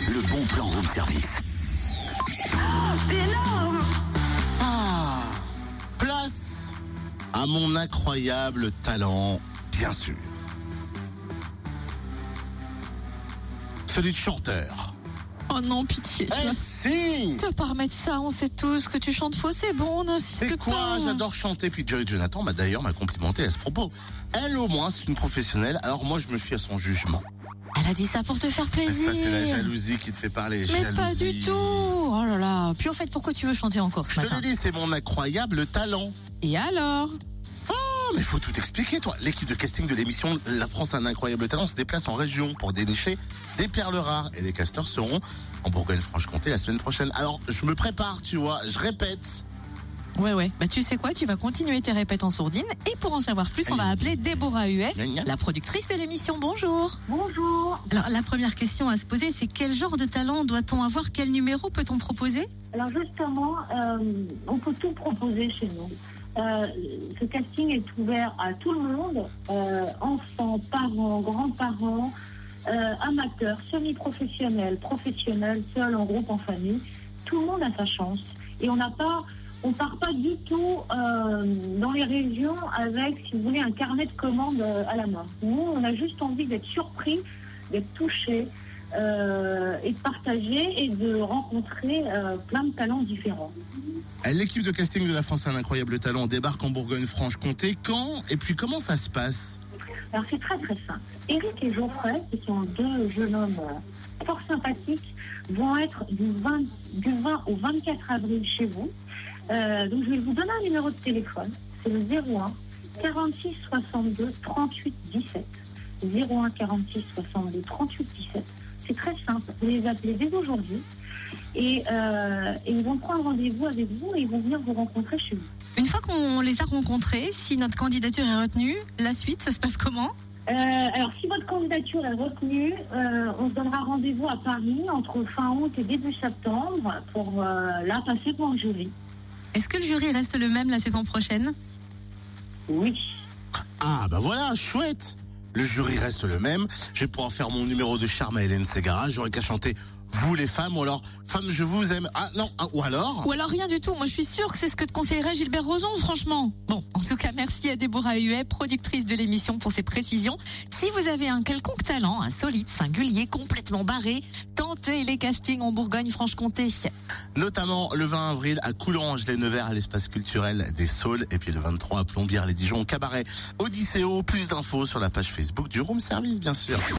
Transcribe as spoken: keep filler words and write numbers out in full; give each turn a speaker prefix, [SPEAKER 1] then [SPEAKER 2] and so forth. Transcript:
[SPEAKER 1] le bon plan room service.
[SPEAKER 2] Oh, c'est énorme!
[SPEAKER 3] Ah, place à mon incroyable talent, bien sûr. Celui de chanteur.
[SPEAKER 4] Oh non, pitié. Tu
[SPEAKER 3] Eh
[SPEAKER 4] vas...
[SPEAKER 3] si!
[SPEAKER 4] tu vas pas remettre ça, on sait tous que tu chantes faux, c'est bon, n'insiste
[SPEAKER 3] C'est
[SPEAKER 4] pas.
[SPEAKER 3] quoi? J'adore chanter. Puis Joy Jonathan m'a d'ailleurs m'a complimenté à ce propos. Elle au moins, c'est une professionnelle. Alors moi, je me fie à son jugement.
[SPEAKER 4] Elle a dit ça pour te faire plaisir.
[SPEAKER 3] Ça, c'est la jalousie qui te fait parler.
[SPEAKER 4] Mais
[SPEAKER 3] jalousie.
[SPEAKER 4] pas du tout. Oh là là. Puis en fait, pourquoi tu veux chanter encore ce
[SPEAKER 3] Je te
[SPEAKER 4] matin?
[SPEAKER 3] l'ai dit, c'est mon incroyable talent.
[SPEAKER 4] Et alors?
[SPEAKER 3] Oh, mais faut tout expliquer, toi. L'équipe de casting de l'émission La France a un incroyable talent se déplace en région pour dénicher des perles rares. Et les casteurs seront en Bourgogne-Franche-Comté la semaine prochaine. Alors, je me prépare, tu vois, je répète.
[SPEAKER 4] Ouais, ouais. Bah, tu sais quoi? Tu vas continuer tes répètes en sourdine. Et pour en savoir plus, on va appeler Déborah Huet,
[SPEAKER 3] Gna, gna.
[SPEAKER 4] la productrice de l'émission. Bonjour.
[SPEAKER 2] Bonjour.
[SPEAKER 4] Alors, la première question à se poser, c'est quel genre de talent doit-on avoir? Quel numéro peut-on proposer?
[SPEAKER 2] Alors justement, euh, on peut tout proposer chez nous. Euh, ce casting est ouvert à tout le monde, euh, enfants, parents, grands-parents, euh, amateurs, semi-professionnels, professionnels, seuls, en groupe, en famille. Tout le monde a sa chance. Et on n'a pas, on part pas du tout euh, dans les régions avec, si vous voulez, un carnet de commandes euh, à la main. Nous, on a juste envie d'être surpris, d'être touchés. Euh, et de partager et de rencontrer euh, plein de talents différents.
[SPEAKER 3] L'équipe de casting de La France a un incroyable talent débarque en Bourgogne-Franche-Comté. Quand? Et puis, comment ça se passe?
[SPEAKER 2] Alors c'est très très simple. Eric et Geoffrey, qui sont deux jeunes hommes euh, fort sympathiques, vont être du vingt, du vingt au vingt-quatre avril chez vous. Euh, donc je vais vous donner un numéro de téléphone. C'est le zéro un quarante-six soixante-deux trente-huit dix-sept. zéro un quarante-six soixante-deux trente-huit dix-sept. C'est très simple, vous les appelez dès aujourd'hui et, euh, et ils vont prendre rendez-vous avec vous et ils vont venir vous rencontrer chez vous.
[SPEAKER 4] Une fois qu'on les a rencontrés, si notre candidature est retenue, la suite, ça se passe comment?
[SPEAKER 2] Euh, alors si votre candidature est retenue, euh, on se donnera rendez-vous à Paris entre fin août et début septembre pour euh, là passer pour un jury.
[SPEAKER 4] Est-ce que le jury reste le même la saison prochaine?
[SPEAKER 2] Oui.
[SPEAKER 3] Ah, bah voilà, chouette. Le jury reste le même. Je vais pouvoir faire mon numéro de charme à Hélène Ségara. J'aurais qu'à chanter vous les femmes, ou alors femmes je vous aime. Ah non, ah, ou alors
[SPEAKER 4] Ou alors rien du tout. Moi, je suis sûre que c'est ce que te conseillerait Gilbert Rozon, franchement. Bon, en tout cas, merci à Déborah Huet, productrice de l'émission, pour ses précisions. Si vous avez un quelconque talent, insolite, singulier, complètement barré, tentez les castings en Bourgogne-Franche-Comté.
[SPEAKER 3] notamment le vingt avril à Coulanges-les-Nevers à l'espace culturel des Saules, et puis le vingt-trois à Plombières-les-Dijon au cabaret Odysseo. Plus d'infos sur la page Facebook du Room Service, bien sûr.